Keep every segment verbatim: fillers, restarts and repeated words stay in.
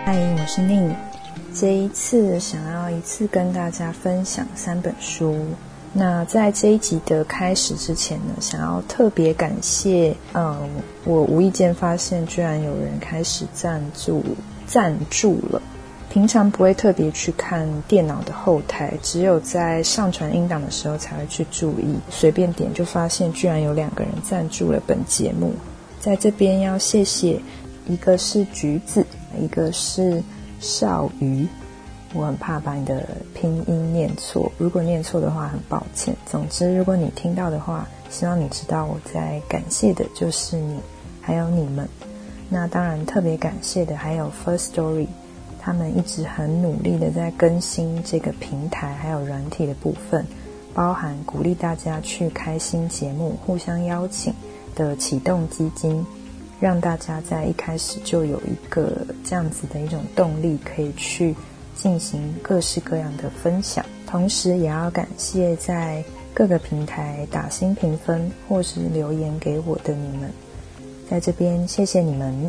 嗨，我是宁。这一次想要一次跟大家分享三本书。那在这一集的开始之前呢，想要特别感谢，嗯，我无意间发现居然有人开始赞助赞助了。平常不会特别去看电脑的后台，只有在上传音档的时候才会去注意，随便点就发现居然有两个人赞助了本节目。在这边要谢谢，一个是橘子，一个是少鱼。我很怕把你的拼音念错，如果念错的话很抱歉。总之如果你听到的话，希望你知道我在感谢的就是你还有你们。那当然特别感谢的还有 Firstory， 他们一直很努力的在更新这个平台还有软体的部分，包含鼓励大家去开新节目，互相邀请的启动基金，让大家在一开始就有一个这样子的一种动力，可以去进行各式各样的分享。同时也要感谢在各个平台打新评分或是留言给我的你们，在这边谢谢你们。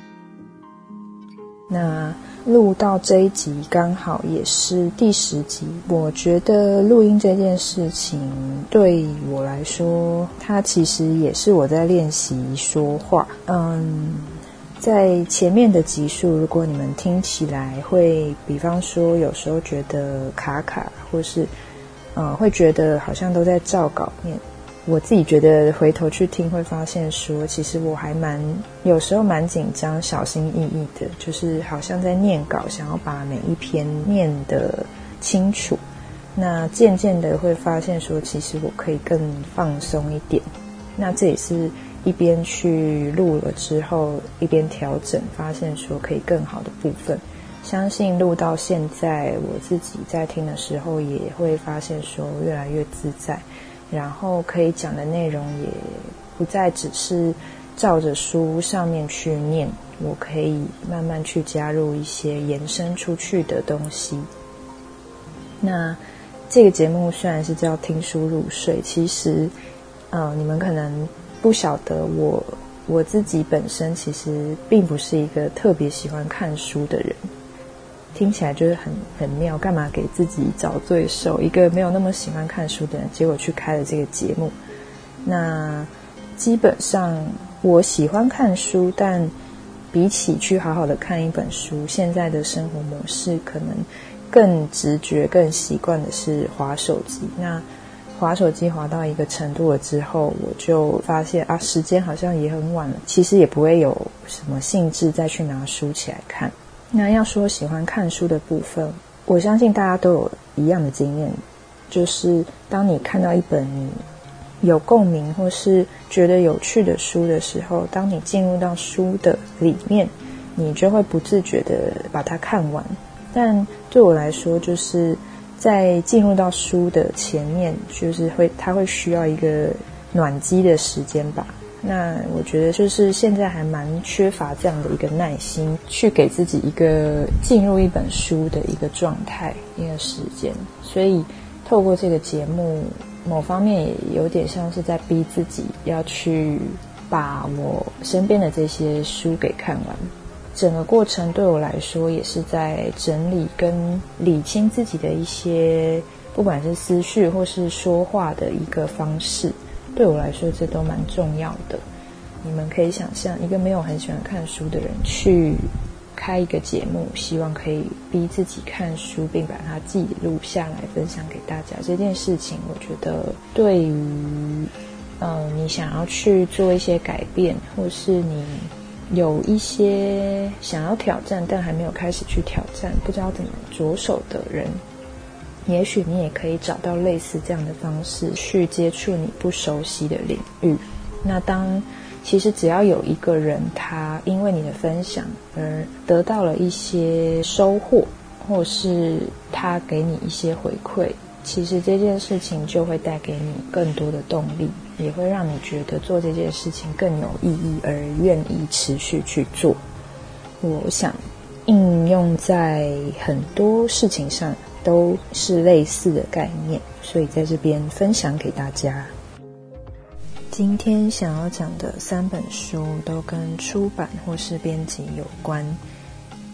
那录到这一集刚好也是第十集，我觉得录音这件事情对我来说，它其实也是我在练习说话。嗯，在前面的集数，如果你们听起来会，比方说有时候觉得卡卡，或是呃会觉得好像都在照稿念，我自己觉得回头去听会发现说，其实我还蛮有时候蛮紧张小心翼翼的，就是好像在念稿，想要把每一篇念得清楚。那渐渐的会发现说，其实我可以更放松一点。那这也是一边去录了之后一边调整，发现说可以更好的部分。相信录到现在我自己在听的时候也会发现说越来越自在，然后可以讲的内容也不再只是照着书上面去念，我可以慢慢去加入一些延伸出去的东西。那这个节目虽然是叫听书入睡，其实呃，你们可能不晓得我我自己本身其实并不是一个特别喜欢看书的人。听起来就是很很妙，干嘛给自己找罪受？一个没有那么喜欢看书的人，结果去开了这个节目。那基本上我喜欢看书，但比起去好好的看一本书，现在的生活模式可能更直觉、更习惯的是滑手机。那滑手机滑到一个程度了之后，我就发现啊，时间好像也很晚了，其实也不会有什么兴致再去拿书起来看。那要说喜欢看书的部分，我相信大家都有一样的经验，就是当你看到一本你有共鸣或是觉得有趣的书的时候，当你进入到书的里面，你就会不自觉的把它看完。但对我来说，就是在进入到书的前面，就是会它会需要一个暖机的时间吧。那我觉得就是现在还蛮缺乏这样的一个耐心，去给自己一个进入一本书的一个状态、一个时间。所以透过这个节目，某方面也有点像是在逼自己要去把我身边的这些书给看完。整个过程对我来说也是在整理跟理清自己的一些不管是思绪或是说话的一个方式，对我来说这都蛮重要的。你们可以想象一个没有很喜欢看书的人去开一个节目，希望可以逼自己看书并把它记录下来分享给大家，这件事情我觉得对于呃你想要去做一些改变，或是你有一些想要挑战但还没有开始去挑战，不知道怎么着手的人，也许你也可以找到类似这样的方式去接触你不熟悉的领域。那当其实只要有一个人他因为你的分享而得到了一些收获，或是他给你一些回馈，其实这件事情就会带给你更多的动力，也会让你觉得做这件事情更有意义而愿意持续去做。我想应用在很多事情上都是类似的概念，所以在这边分享给大家。今天想要讲的三本书都跟出版或是编辑有关。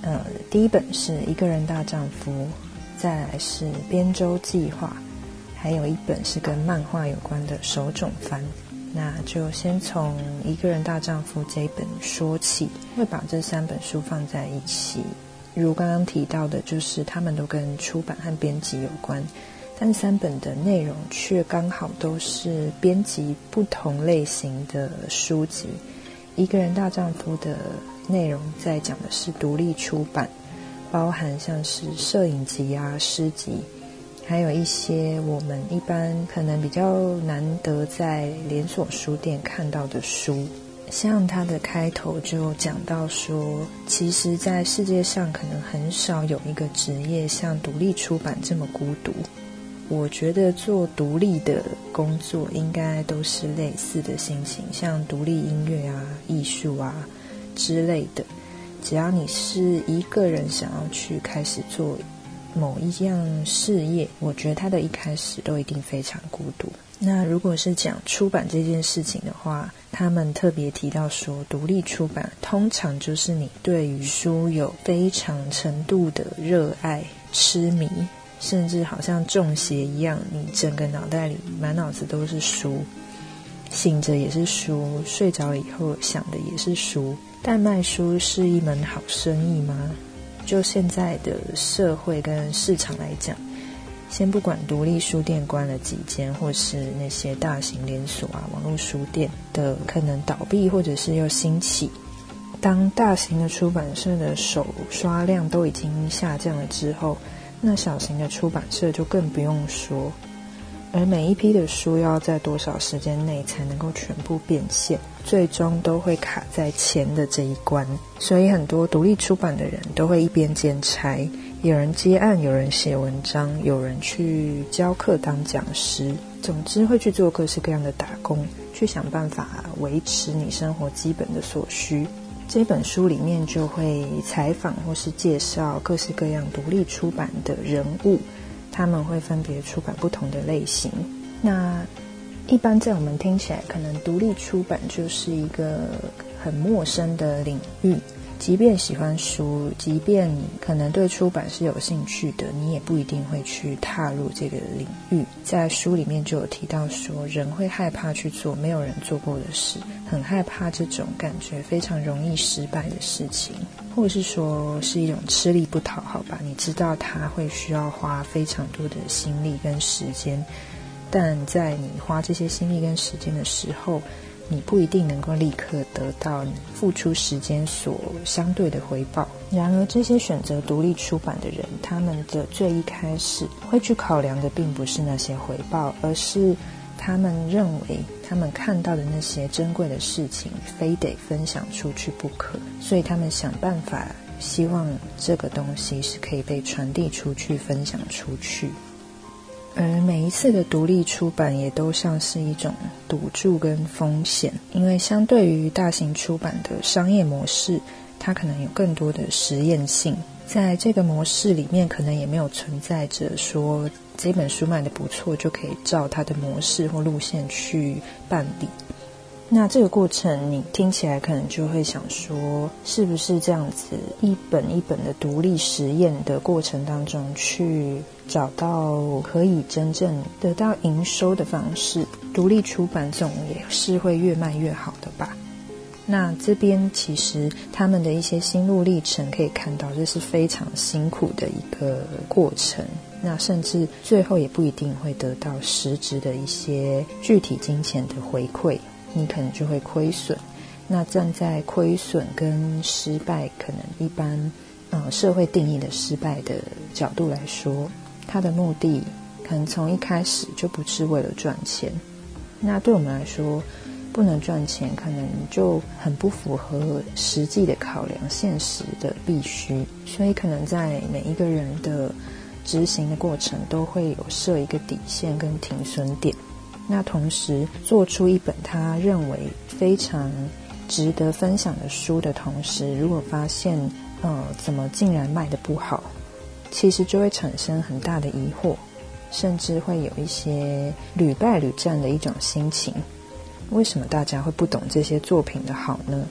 呃，第一本是一个人大丈夫，再来是编舟计划，还有一本是跟漫画有关的手冢番。那就先从一个人大丈夫这一本说起，会把这三本书放在一起。如刚刚提到的，就是他们都跟出版和编辑有关，但三本的内容却刚好都是编辑不同类型的书籍。一个人大丈夫的内容在讲的是独立出版，包含像是摄影集啊、诗集，还有一些我们一般可能比较难得在连锁书店看到的书。像它的开头就讲到说，其实在世界上可能很少有一个职业像独立出版这么孤独。我觉得做独立的工作应该都是类似的心情，像独立音乐啊、艺术啊之类的，只要你是一个人想要去开始做某一样事业，我觉得它的一开始都一定非常孤独。那如果是讲出版这件事情的话，他们特别提到说，独立出版通常就是你对于书有非常程度的热爱、痴迷，甚至好像中邪一样，你整个脑袋里满脑子都是书，醒着也是书，睡着了以后想的也是书。但卖书是一门好生意吗？就现在的社会跟市场来讲，先不管独立书店关了几间，或是那些大型连锁啊、网络书店的可能倒闭或者是又兴起，当大型的出版社的手刷量都已经下降了之后，那小型的出版社就更不用说。而每一批的书要在多少时间内才能够全部变现，最终都会卡在钱的这一关。所以很多独立出版的人都会一边兼差，有人接案，有人写文章，有人去教课当讲师，总之会去做各式各样的打工，去想办法维持你生活基本的所需。这本书里面就会采访或是介绍各式各样独立出版的人物，他们会分别出版不同的类型。那一般在我们听起来，可能独立出版就是一个很陌生的领域，即便喜欢书，即便你可能对出版是有兴趣的，你也不一定会去踏入这个领域。在书里面就有提到说，人会害怕去做没有人做过的事，很害怕这种感觉非常容易失败的事情，或者是说是一种吃力不讨好吧。你知道它会需要花非常多的心力跟时间，但在你花这些心力跟时间的时候，你不一定能够立刻得到你付出时间所相对的回报。然而这些选择独立出版的人，他们的最一开始会去考量的并不是那些回报，而是他们认为他们看到的那些珍贵的事情非得分享出去不可，所以他们想办法希望这个东西是可以被传递出去、分享出去。而每一次的独立出版也都像是一种赌注跟风险，因为相对于大型出版的商业模式，它可能有更多的实验性。在这个模式里面，可能也没有存在着说这本书卖得不错就可以照它的模式或路线去办理。那这个过程你听起来可能就会想说，是不是这样子一本一本的独立实验的过程当中去找到可以真正得到营收的方式，独立出版总也是会越卖越好的吧。那这边其实他们的一些心路历程可以看到，这是非常辛苦的一个过程，那甚至最后也不一定会得到实质的一些具体金钱的回馈，你可能就会亏损。那站在亏损跟失败，可能一般呃社会定义的失败的角度来说，它的目的可能从一开始就不是为了赚钱。那对我们来说，不能赚钱可能就很不符合实际的考量，现实的必须，所以可能在每一个人的执行的过程都会有设一个底线跟停损点。那同时做出一本他认为非常值得分享的书的同时，如果发现呃怎么竟然卖得不好，其实就会产生很大的疑惑，甚至会有一些屡败屡战的一种心情。为什么大家会不懂这些作品的好呢？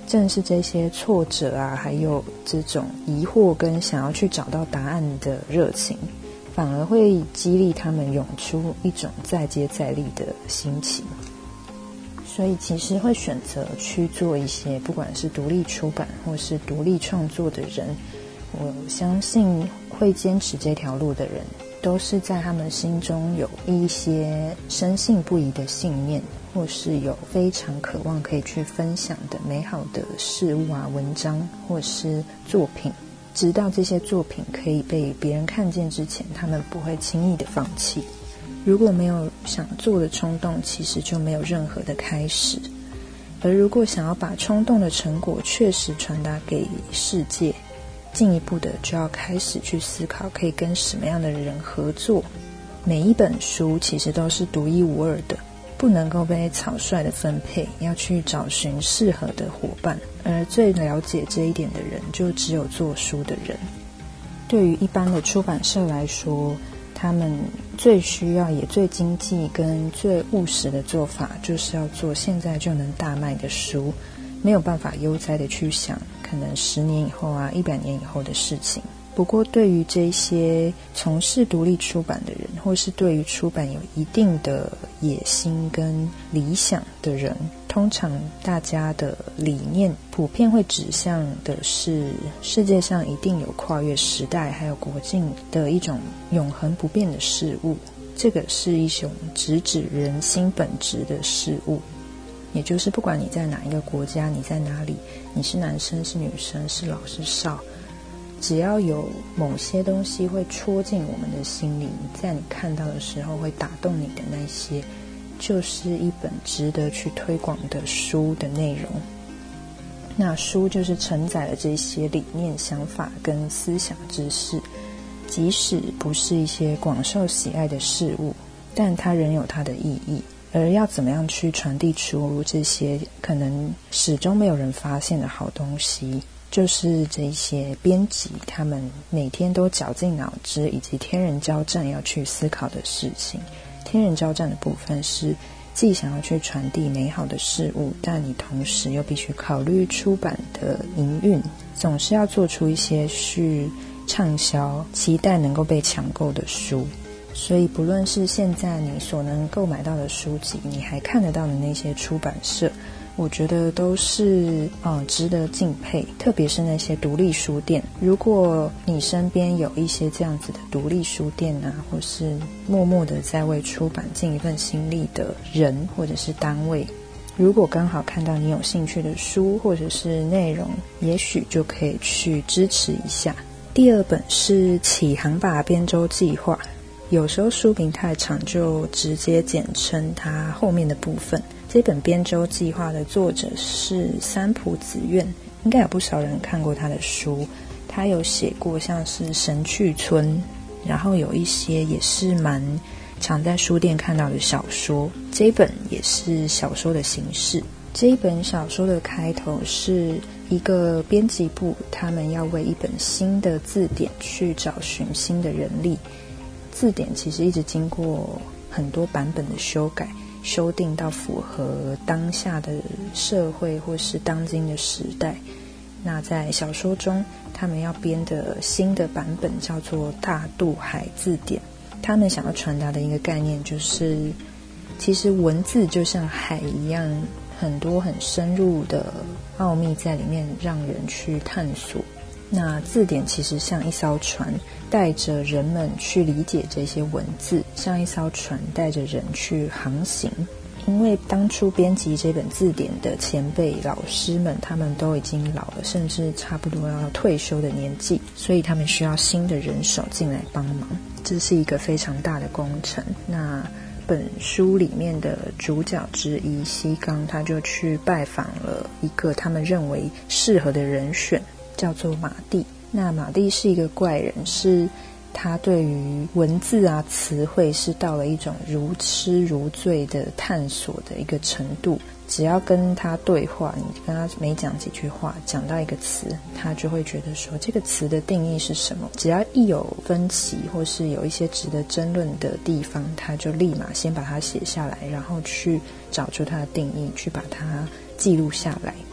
正是这些挫折啊，还有这种疑惑跟想要去找到答案的热情，反而会激励他们涌出一种再接再厉的心情。所以其实会选择去做一些不管是独立出版或是独立创作的人，我相信会坚持这条路的人都是在他们心中有一些深信不疑的信念，或是有非常渴望可以去分享的美好的事物啊、文章或是作品，直到这些作品可以被别人看见之前，他们不会轻易的放弃。如果没有想做的冲动，其实就没有任何的开始。而如果想要把冲动的成果确实传达给世界，进一步的就要开始去思考可以跟什么样的人合作。每一本书其实都是独一无二的，不能够被草率的分配，要去找寻适合的伙伴，而最了解这一点的人就只有做书的人。对于一般的出版社来说，他们最需要也最经济跟最务实的做法，就是要做现在就能大卖的书，没有办法悠哉的去想可能十年以后啊、一百年以后的事情。不过对于这些从事独立出版的人，或是对于出版有一定的野心跟理想的人，通常大家的理念普遍会指向的是世界上一定有跨越时代还有国境的一种永恒不变的事物，这个是一种直指人心本质的事物。也就是不管你在哪一个国家，你在哪里，你是男生是女生是老是少，只要有某些东西会戳进我们的心里，在你看到的时候会打动你的那些，就是一本值得去推广的书的内容。那书就是承载了这些理念、想法跟思想知识，即使不是一些广受喜爱的事物，但它仍有它的意义。而要怎么样去传递出这些可能始终没有人发现的好东西，就是这些编辑他们每天都绞尽脑汁以及天人交战要去思考的事情。天人交战的部分是既想要去传递美好的事物，但你同时又必须考虑出版的营运，总是要做出一些去畅销、期待能够被抢购的书。所以不论是现在你所能购买到的书籍，你还看得到的那些出版社，我觉得都是呃值得敬佩，特别是那些独立书店。如果你身边有一些这样子的独立书店啊，或是默默的在为出版尽一份心力的人或者是单位，如果刚好看到你有兴趣的书或者是内容，也许就可以去支持一下。第二本是启航吧编舟计划，有时候书名太长就直接简称它后面的部分。这本编舟计划的作者是三浦子苑，应该有不少人看过他的书。他有写过像是神去村，然后有一些也是蛮常在书店看到的小说，这一本也是小说的形式。这一本小说的开头是一个编辑部，他们要为一本新的字典去找寻新的人力。字典其实一直经过很多版本的修改，修订到符合当下的社会或是当今的时代。那在小说中，他们要编的新的版本叫做大渡海字典。他们想要传达的一个概念就是，其实文字就像海一样，很多很深入的奥秘在里面让人去探索。那字典其实像一艘船，带着人们去理解这些文字，像一艘船带着人去航行。因为当初编辑这本字典的前辈老师们，他们都已经老了，甚至差不多要退休的年纪，所以他们需要新的人手进来帮忙，这是一个非常大的工程。那本书里面的主角之一西冈，他就去拜访了一个他们认为适合的人选，叫做马蒂。那马蒂是一个怪人，是他对于文字啊词汇是到了一种如痴如醉的探索的一个程度。只要跟他对话，你跟他没讲几句话，讲到一个词，他就会觉得说这个词的定义是什么。只要一有分歧或是有一些值得争论的地方，他就立马先把它写下来，然后去找出它的定义，去把它记录下来。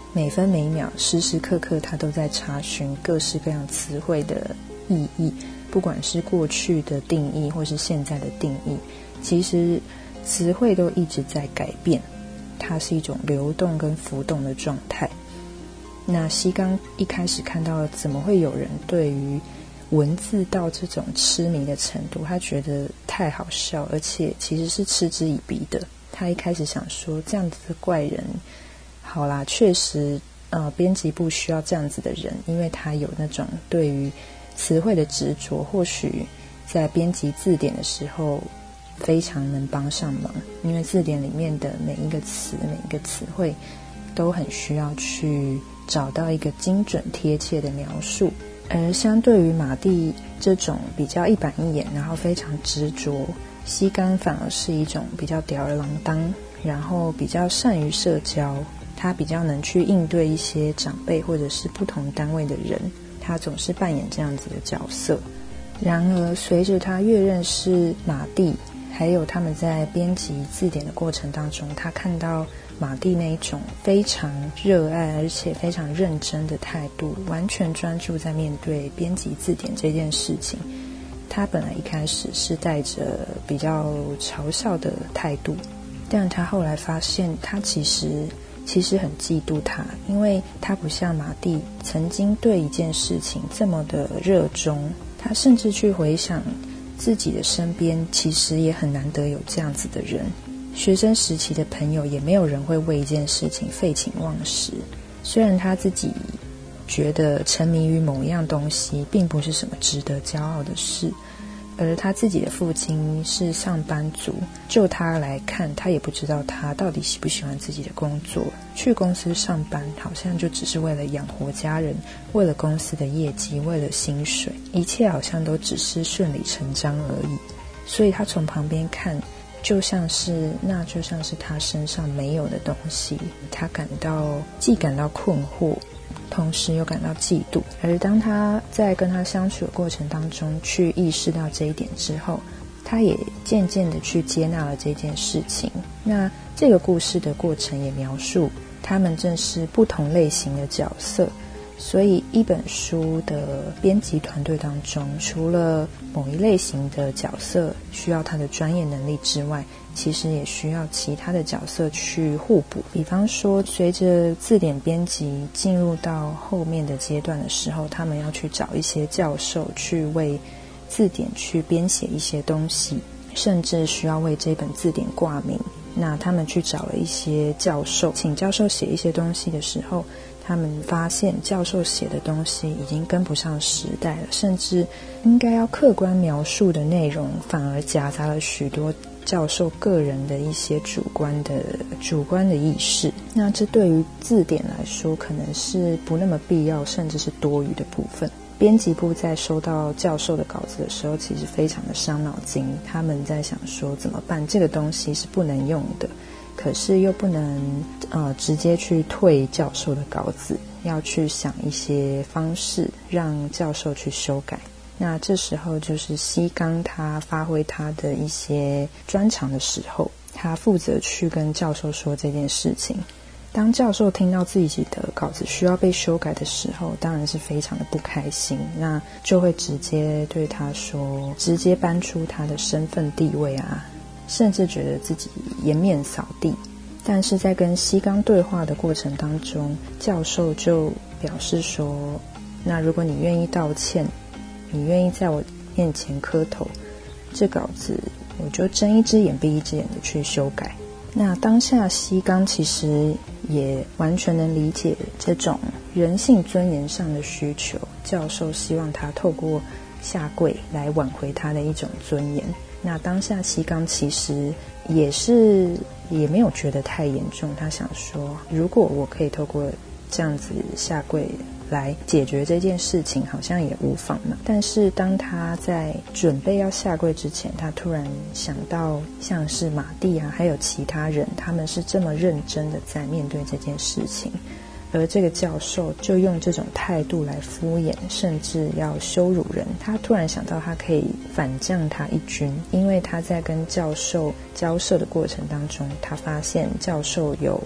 每分每秒时时刻刻他都在查询各式各样词汇的意义，不管是过去的定义或是现在的定义，其实词汇都一直在改变，它是一种流动跟浮动的状态。那西刚一开始看到怎么会有人对于文字到这种痴迷的程度，他觉得太好笑，而且其实是嗤之以鼻的。他一开始想说，这样子的怪人，好啦，确实呃，编辑部需要这样子的人，因为他有那种对于词汇的执着，或许在编辑字典的时候非常能帮上忙，因为字典里面的每一个词每一个词汇都很需要去找到一个精准贴切的描述。而相对于马蒂这种比较一板一眼然后非常执着，西刚反而是一种比较吊儿郎当，然后比较善于社交，他比较能去应对一些长辈或者是不同单位的人，他总是扮演这样子的角色。然而随着他越认识马蒂，还有他们在编辑字典的过程当中，他看到马蒂那一种非常热爱而且非常认真的态度，完全专注在面对编辑字典这件事情。他本来一开始是带着比较嘲笑的态度，但他后来发现他其实其实很嫉妒他，因为他不像马蒂曾经对一件事情这么的热衷，他甚至去回想自己的身边其实也很难得有这样子的人。学生时期的朋友也没有人会为一件事情废寝忘食，虽然他自己觉得沉迷于某一样东西并不是什么值得骄傲的事，而他自己的父亲是上班族，就他来看，他也不知道他到底喜不喜欢自己的工作，去公司上班好像就只是为了养活家人，为了公司的业绩，为了薪水，一切好像都只是顺理成章而已。所以他从旁边看，就像是那就像是他身上没有的东西，他感到既感到困惑，同时又感到嫉妒。而当他在跟他相处的过程当中去意识到这一点之后，他也渐渐的去接纳了这件事情。那这个故事的过程也描述他们正是不同类型的角色，所以一本书的编辑团队当中，除了某一类型的角色需要他的专业能力之外，其实也需要其他的角色去互补。比方说随着字典编辑进入到后面的阶段的时候，他们要去找一些教授去为字典去编写一些东西，甚至需要为这本字典挂名。那他们去找了一些教授，请教授写一些东西的时候，他们发现教授写的东西已经跟不上时代了，甚至应该要客观描述的内容反而夹杂了许多教授个人的一些主观的主观的意识。那这对于字典来说可能是不那么必要，甚至是多余的部分。编辑部在收到教授的稿子的时候其实非常的伤脑筋，他们在想说怎么办，这个东西是不能用的，可是又不能呃直接去退教授的稿子，要去想一些方式让教授去修改。那这时候就是西刚他发挥他的一些专长的时候，他负责去跟教授说这件事情。当教授听到自己的稿子需要被修改的时候，当然是非常的不开心，那就会直接对他说，直接搬出他的身份地位啊，甚至觉得自己颜面扫地。但是在跟西刚对话的过程当中，教授就表示说，那如果你愿意道歉，你愿意在我面前磕头，这稿子我就睁一只眼闭一只眼的去修改。那当下西刚其实也完全能理解这种人性尊严上的需求，教授希望他透过下跪来挽回他的一种尊严。那当下西刚其实也是也没有觉得太严重，他想说如果我可以透过这样子下跪来解决这件事情好像也无妨嘛。但是当他在准备要下跪之前，他突然想到像是马蒂啊还有其他人，他们是这么认真的在面对这件事情，而这个教授就用这种态度来敷衍，甚至要羞辱人。他突然想到他可以反将他一军，因为他在跟教授交涉的过程当中，他发现教授有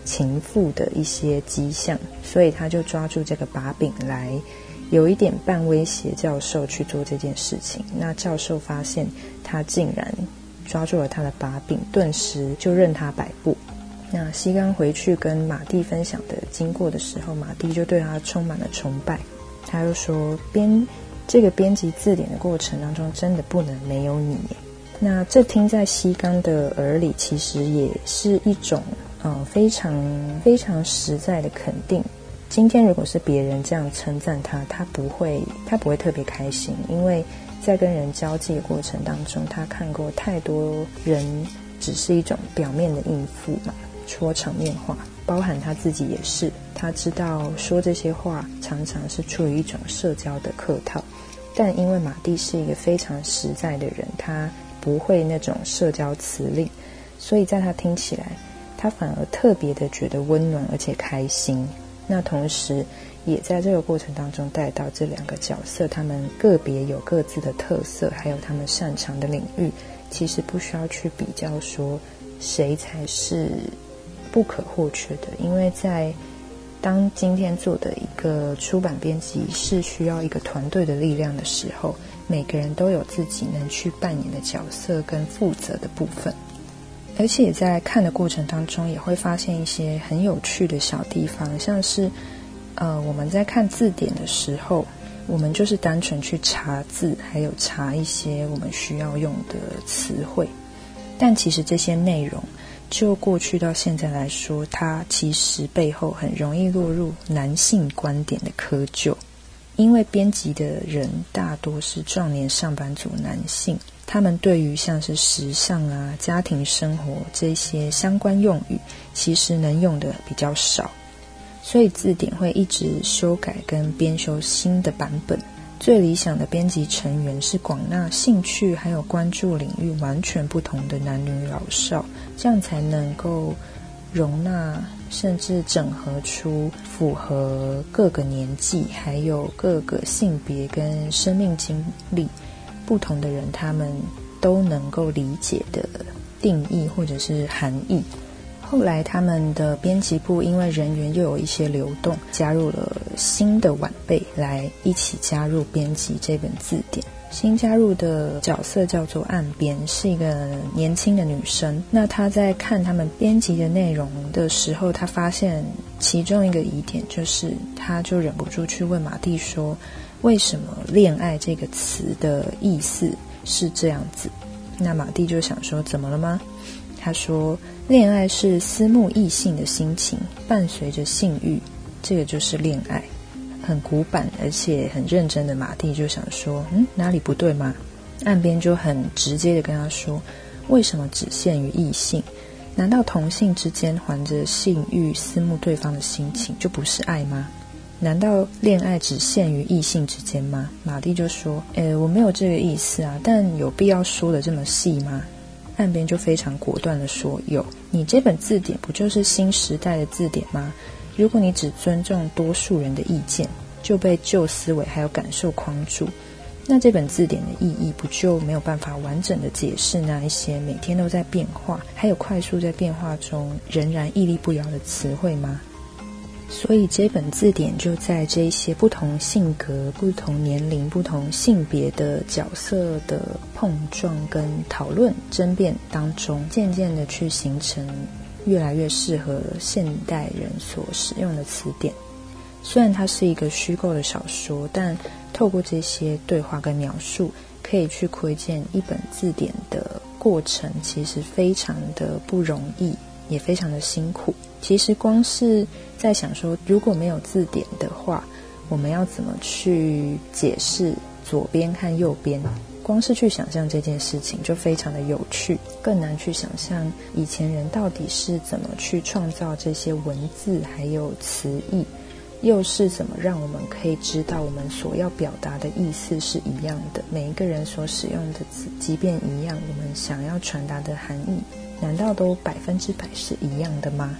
情妇的一些迹象，所以他就抓住这个把柄来有一点半威胁教授去做这件事情。那教授发现他竟然抓住了他的把柄，顿时就任他摆布。那西冈回去跟马蒂分享的经过的时候，马蒂就对他充满了崇拜。他就说编这个编辑字典的过程当中真的不能没有你耶。那这听在西冈的耳里其实也是一种呃非常非常实在的肯定。今天如果是别人这样称赞他，他不会他不会特别开心，因为在跟人交际的过程当中，他看过太多人只是一种表面的应付嘛，说场面话，包含他自己也是，他知道说这些话常常是出于一种社交的客套，但因为马蒂是一个非常实在的人，他不会那种社交辞令，所以在他听起来，他反而特别的觉得温暖而且开心。那同时也在这个过程当中带到这两个角色，他们个别有各自的特色，还有他们擅长的领域，其实不需要去比较说谁才是不可或缺的，因为在当今天做的一个出版编辑是需要一个团队的力量的时候，每个人都有自己能去扮演的角色跟负责的部分。而且在看的过程当中也会发现一些很有趣的小地方，像是呃我们在看字典的时候，我们就是单纯去查字，还有查一些我们需要用的词汇，但其实这些内容就过去到现在来说，它其实背后很容易落入男性观点的窠臼。因为编辑的人大多是壮年上班族男性，他们对于像是时尚啊、家庭生活这些相关用语其实能用的比较少，所以字典会一直修改跟编修新的版本。最理想的编辑成员是广纳兴趣还有关注领域完全不同的男女老少，这样才能够容纳甚至整合出符合各个年纪还有各个性别跟生命经历不同的人，他们都能够理解的定义或者是含义。后来他们的编辑部因为人员又有一些流动，加入了新的晚辈来一起加入编辑这本字典。新加入的角色叫做岸边，是一个年轻的女生。那她在看他们编辑的内容的时候，她发现其中一个疑点，就是她就忍不住去问马蒂说，为什么恋爱这个词的意思是这样子？那马蒂就想说，怎么了吗？他说，恋爱是思慕异性的心情，伴随着性欲，这个就是恋爱。很古板而且很认真的马蒂就想说，嗯，哪里不对吗？岸边就很直接的跟他说，为什么只限于异性？难道同性之间怀着性欲思慕对方的心情就不是爱吗？难道恋爱只限于异性之间吗？马蒂就说，呃，我没有这个意思啊，但有必要说的这么细吗？岸边就非常果断的说，有，你这本字典不就是新时代的字典吗？如果你只尊重多数人的意见，就被旧思维还有感受框住，那这本字典的意义不就没有办法完整的解释那一些每天都在变化还有快速在变化中仍然屹立不摇的词汇吗？所以这本字典就在这些不同性格、不同年龄、不同性别的角色的碰撞跟讨论争辩当中，渐渐的去形成越来越适合现代人所使用的词典。虽然它是一个虚构的小说，但透过这些对话跟描述，可以去窥见一本字典的过程其实非常的不容易，也非常的辛苦。其实光是在想说，如果没有字典的话，我们要怎么去解释左边和右边，光是去想象这件事情就非常的有趣，更难去想象以前人到底是怎么去创造这些文字还有词义，又是怎么让我们可以知道我们所要表达的意思是一样的，每一个人所使用的字即便一样，我们想要传达的含义难道都百分之百是一样的吗？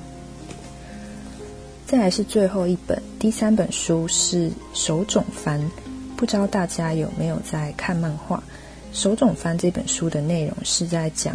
再来是最后一本，第三本书是手冢番。不知道大家有没有在看漫画？手冢番这本书的内容是在讲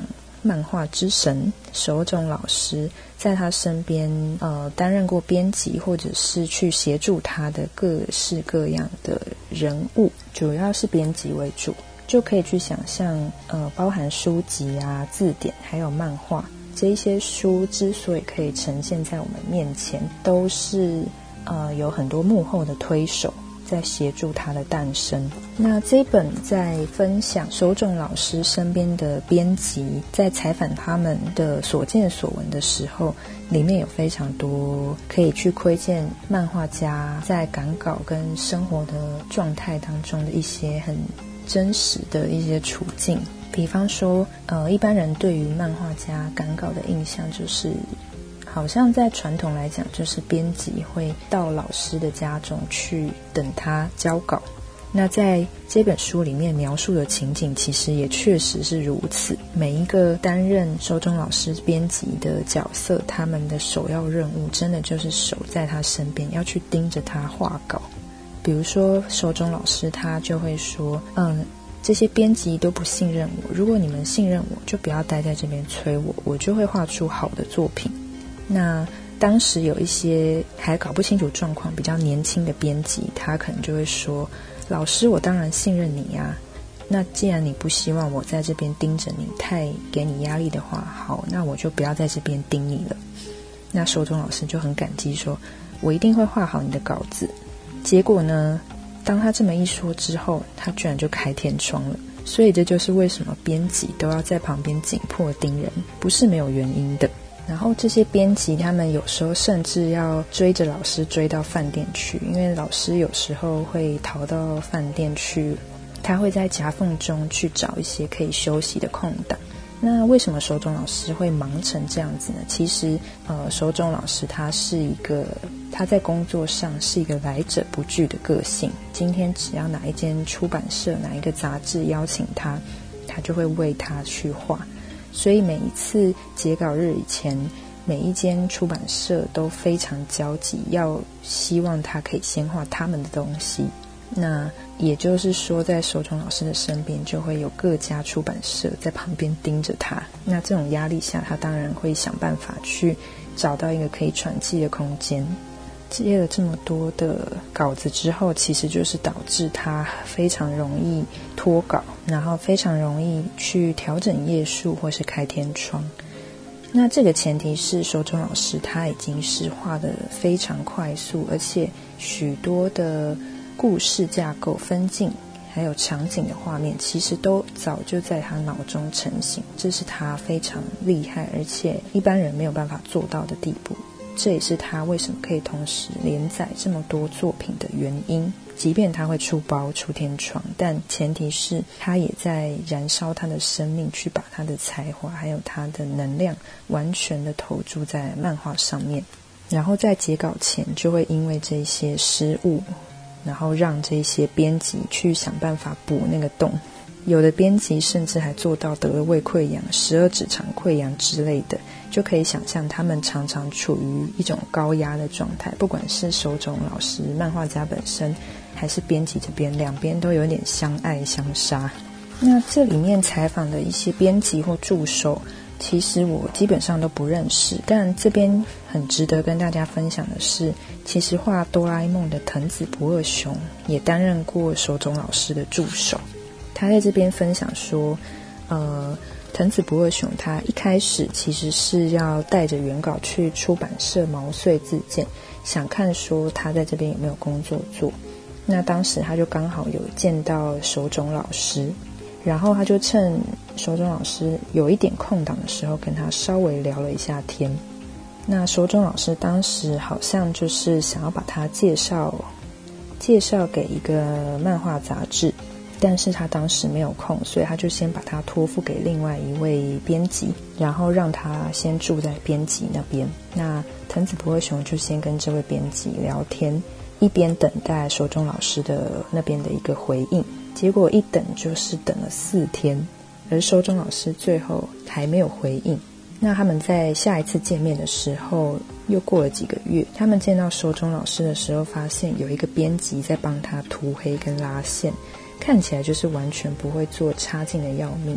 漫画之神手冢老师，在他身边呃担任过编辑或者是去协助他的各式各样的人物，主要是编辑为主，就可以去想象呃包含书籍啊、字典还有漫画，这一些书之所以可以呈现在我们面前，都是呃有很多幕后的推手在协助它的诞生。那这本在分享手冢老师身边的编辑在采访他们的所见所闻的时候，里面有非常多可以去窥见漫画家在赶稿跟生活的状态当中的一些很真实的一些处境。比方说呃，一般人对于漫画家赶稿的印象就是好像在传统来讲，就是编辑会到老师的家中去等他交稿。那在这本书里面描述的情景其实也确实是如此，每一个担任手冢老师编辑的角色，他们的首要任务真的就是守在他身边，要去盯着他画稿。比如说手冢老师他就会说嗯，这些编辑都不信任我，如果你们信任我，就不要待在这边催我，我就会画出好的作品。那当时有一些还搞不清楚状况比较年轻的编辑，他可能就会说，老师我当然信任你啊，那既然你不希望我在这边盯着你，太给你压力的话，好，那我就不要在这边盯你了。那手冢老师就很感激说，我一定会画好你的稿子。结果呢，当他这么一说之后，他居然就开天窗了。所以这就是为什么编辑都要在旁边紧迫盯人，不是没有原因的。然后这些编辑他们有时候甚至要追着老师追到饭店去，因为老师有时候会逃到饭店去，他会在夹缝中去找一些可以休息的空档。那为什么手冢老师会忙成这样子呢？其实呃，手冢老师他是一个他在工作上是一个来者不拒的个性，今天只要哪一间出版社哪一个杂志邀请他，他就会为他去画。所以每一次截稿日以前，每一间出版社都非常焦急，要希望他可以先画他们的东西。那也就是说，在手冢老师的身边就会有各家出版社在旁边盯着他。那这种压力下，他当然会想办法去找到一个可以喘气的空间。接了这么多的稿子之后，其实就是导致他非常容易脱稿，然后非常容易去调整页数或是开天窗。那这个前提是手冢老师他已经是画得非常快速，而且许多的故事架构分镜还有场景的画面其实都早就在他脑中成型，这是他非常厉害而且一般人没有办法做到的地步。这也是他为什么可以同时连载这么多作品的原因。即便他会出包出天窗，但前提是他也在燃烧他的生命，去把他的才华还有他的能量完全的投注在漫画上面。然后在截稿前就会因为这些失误，然后让这些编辑去想办法补那个洞。有的编辑甚至还做到得了胃溃疡、十二指肠溃疡之类的，就可以想象他们常常处于一种高压的状态，不管是手冢老师、漫画家本身，还是编辑这边，两边都有点相爱相杀。那这里面采访的一些编辑或助手，其实我基本上都不认识，但这边很值得跟大家分享的是，其实画哆啦 A 梦的藤子不二雄也担任过手冢老师的助手。他在这边分享说呃，藤子不二雄他一开始其实是要带着原稿去出版社毛遂自荐，想看说他在这边有没有工作做。那当时他就刚好有见到手冢老师，然后他就趁手冢老师有一点空档的时候跟他稍微聊了一下天。那手冢老师当时好像就是想要把他介绍介绍给一个漫画杂志，但是他当时没有空，所以他就先把他托付给另外一位编辑，然后让他先住在编辑那边。那藤子不二雄就先跟这位编辑聊天，一边等待手冢老师的那边的一个回应。结果一等就是等了四天，而手冢老师最后还没有回应。那他们在下一次见面的时候又过了几个月，他们见到手冢老师的时候发现有一个编辑在帮他涂黑跟拉线，看起来就是完全不会做插进的要命。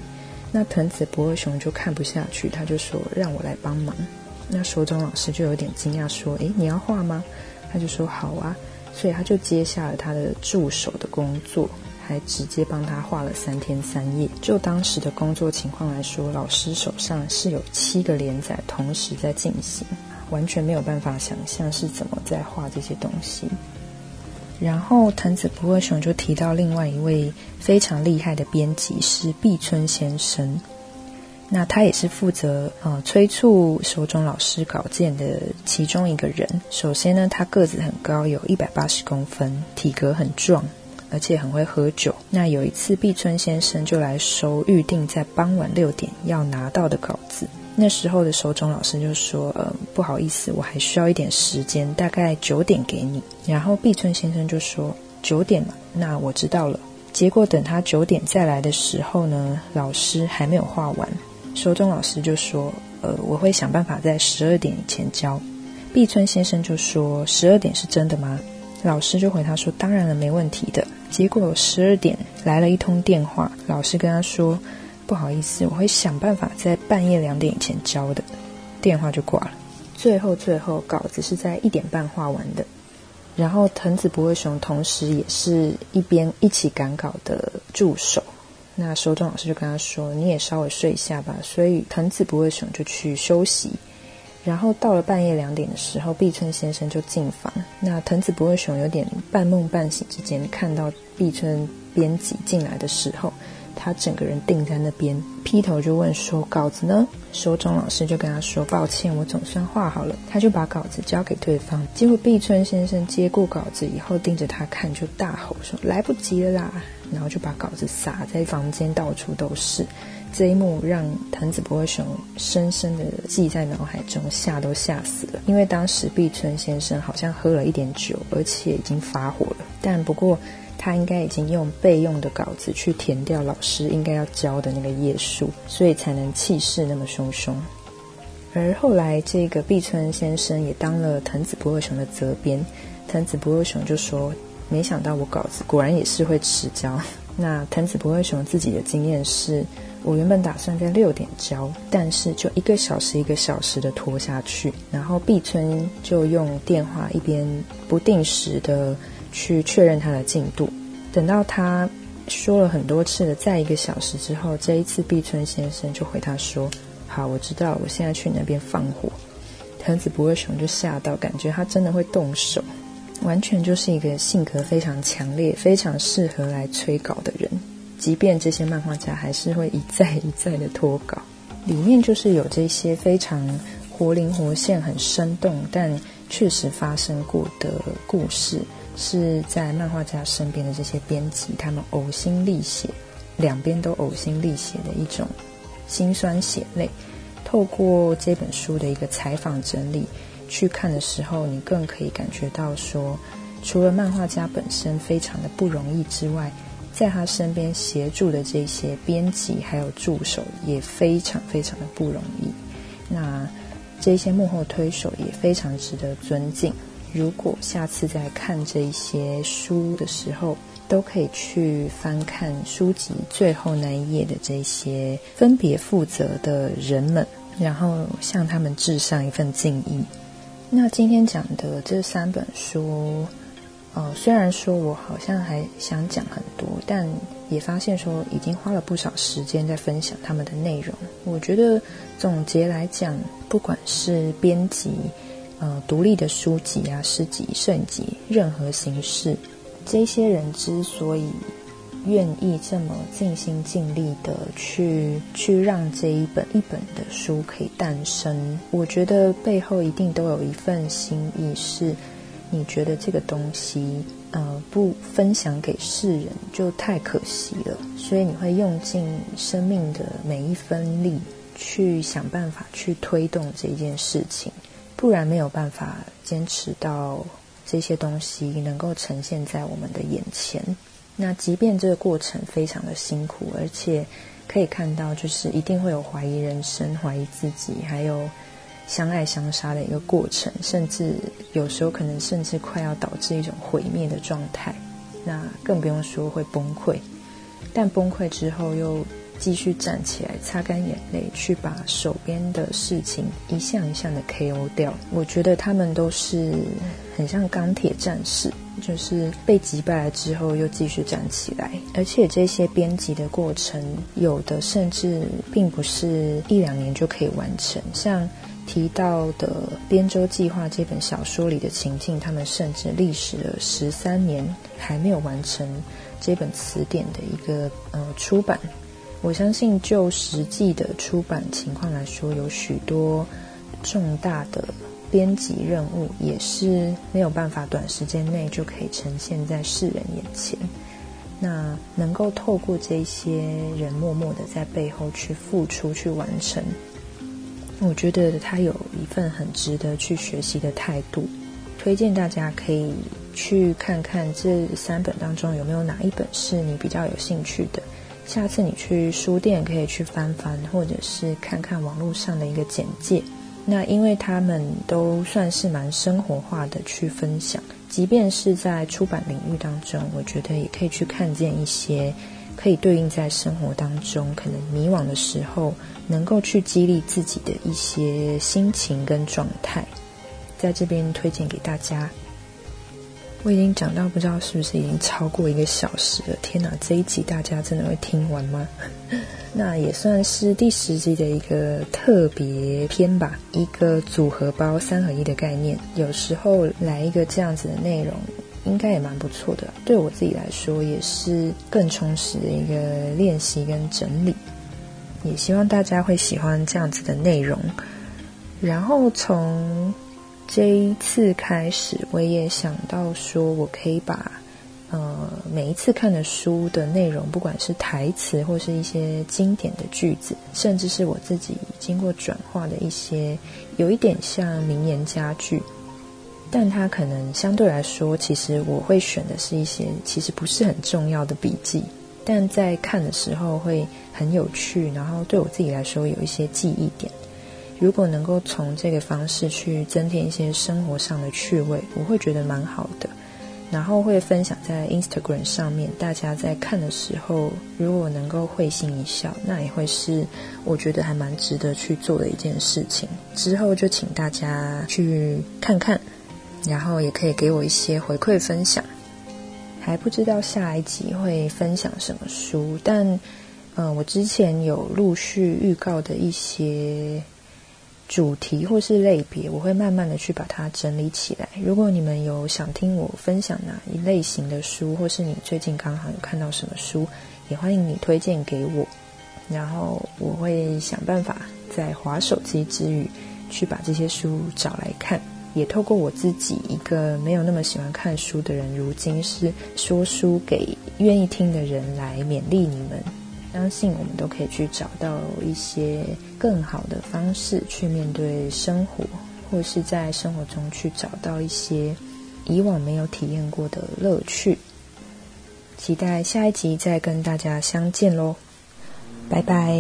那藤子不二雄就看不下去，他就说让我来帮忙。那手冢老师就有点惊讶说，诶，你要画吗？他就说好啊，所以他就接下了他的助手的工作，还直接帮他画了三天三夜。就当时的工作情况来说，老师手上是有七个连载同时在进行，完全没有办法想象是怎么在画这些东西。然后藤子不二雄就提到另外一位非常厉害的编辑是碧村先生，那他也是负责呃催促手冢老师稿件的其中一个人。首先呢，他个子很高，有一百八十公分，体格很壮，而且很会喝酒。那有一次碧村先生就来收预定在傍晚六点要拿到的稿子，那时候的手冢老师就说呃，不好意思，我还需要一点时间，大概九点给你。然后碧村先生就说九点嘛，那我知道了。结果等他九点再来的时候呢，老师还没有画完。手冢老师就说呃，我会想办法在十二点以前交。碧村先生就说十二点是真的吗？老师就回他说当然了，没问题的。结果十二点来了一通电话，老师跟他说不好意思，我会想办法在半夜两点以前交的。电话就挂了。最后最后稿子是在一点半画完的。然后藤子不二雄同时也是一边一起赶稿的助手，那手冢老师就跟他说你也稍微睡一下吧，所以藤子不二雄就去休息。然后到了半夜两点的时候，碧村先生就进房，那藤子不二雄有点半梦半醒之间看到碧村编辑进来的时候，他整个人定在那边，劈头就问说稿子呢？手冢老师就跟他说抱歉，我总算画好了。他就把稿子交给对方，结果碧村先生接过稿子以后盯着他看，就大吼说来不及了啦，然后就把稿子撒在房间到处都是。这一幕让藤子不二雄深深的记在脑海中，吓都吓死了。因为当时碧村先生好像喝了一点酒，而且已经发火了，但不过他应该已经用备用的稿子去填掉老师应该要交的那个页数，所以才能气势那么汹汹。而后来这个碧村先生也当了藤子不二雄的责编，藤子不二雄就说没想到我稿子果然也是会迟交。那藤子不二雄自己的经验是，我原本打算在六点交，但是就一个小时一个小时的拖下去，然后碧村就用电话一边不定时的去确认他的进度。等到他说了很多次的在一个小时之后，这一次碧村先生就回他说好，我知道，我现在去那边放火。藤子不二雄就吓到，感觉他真的会动手，完全就是一个性格非常强烈非常适合来催稿的人，即便这些漫画家还是会一再一再的拖稿。里面就是有这些非常活灵活现很生动但确实发生过的故事，是在漫画家身边的这些编辑他们呕心沥血，两边都呕心沥血的一种辛酸血泪。透过这本书的一个采访整理去看的时候，你更可以感觉到说，除了漫画家本身非常的不容易之外，在他身边协助的这些编辑还有助手也非常非常的不容易。那这些幕后推手也非常值得尊敬，如果下次在看这一些书的时候，都可以去翻看书籍最后那一页的这些分别负责的人们，然后向他们致上一份敬意。那今天讲的这三本书呃，虽然说我好像还想讲很多，但也发现说已经花了不少时间在分享他们的内容。我觉得总结来讲，不管是编辑呃独立的书籍啊、诗集、摄影集，任何形式，这些人之所以愿意这么尽心尽力的去去让这一本一本的书可以诞生，我觉得背后一定都有一份心意，是你觉得这个东西呃不分享给世人就太可惜了，所以你会用尽生命的每一分力去想办法去推动这件事情，不然没有办法坚持到这些东西能够呈现在我们的眼前。那即便这个过程非常的辛苦，而且可以看到就是一定会有怀疑人生、怀疑自己，还有相爱相杀的一个过程，甚至有时候可能甚至快要导致一种毁灭的状态，那更不用说会崩溃。但崩溃之后又继续站起来，擦干眼泪，去把手边的事情一项一项的 K O 掉。我觉得他们都是很像钢铁战士，就是被击败了之后又继续站起来。而且这些编辑的过程，有的甚至并不是一两年就可以完成，像提到的编舟计划这本小说里的情境，他们甚至历时了十三年还没有完成这本词典的一个呃出版。我相信就实际的出版情况来说，有许多重大的编辑任务也是没有办法短时间内就可以呈现在世人眼前。那能够透过这些人默默的在背后去付出去完成，我觉得他有一份很值得去学习的态度。推荐大家可以去看看这三本当中有没有哪一本是你比较有兴趣的，下次你去书店可以去翻翻，或者是看看网络上的一个简介。那因为他们都算是蛮生活化的去分享，即便是在出版领域当中，我觉得也可以去看见一些可以对应在生活当中可能迷惘的时候能够去激励自己的一些心情跟状态，在这边推荐给大家。我已经讲到不知道是不是已经超过一个小时了，天哪，这一集大家真的会听完吗？那也算是第十集的一个特别篇吧，一个组合包三合一的概念，有时候来一个这样子的内容应该也蛮不错的，对我自己来说也是更充实的一个练习跟整理，也希望大家会喜欢这样子的内容。然后从这一次开始，我也想到说我可以把呃每一次看的书的内容，不管是台词或是一些经典的句子，甚至是我自己经过转化的一些有一点像名言佳句，但它可能相对来说，其实我会选的是一些其实不是很重要的笔记，但在看的时候会很有趣，然后对我自己来说有一些记忆点。如果能够从这个方式去增添一些生活上的趣味，我会觉得蛮好的。然后会分享在 Instagram 上面，大家在看的时候如果能够会心一笑，那也会是我觉得还蛮值得去做的一件事情。之后就请大家去看看，然后也可以给我一些回馈分享。还不知道下一集会分享什么书，但呃，我之前有陆续预告的一些主题或是类别，我会慢慢的去把它整理起来。如果你们有想听我分享哪一类型的书，或是你最近刚好有看到什么书，也欢迎你推荐给我，然后我会想办法在滑手机之余去把这些书找来看，也透过我自己一个没有那么喜欢看书的人，如今是说书给愿意听的人来勉励你们。相信我们都可以去找到一些更好的方式去面对生活，或是在生活中去找到一些以往没有体验过的乐趣。期待下一集再跟大家相见咯，拜拜。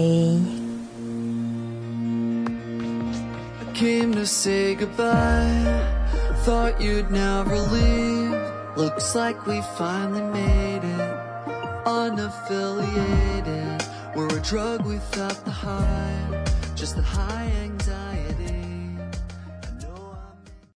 Came to say goodbye, thought you'd never leave. Looks like we finally made it. Unaffiliated, we're a drug without the high, just the high anxiety.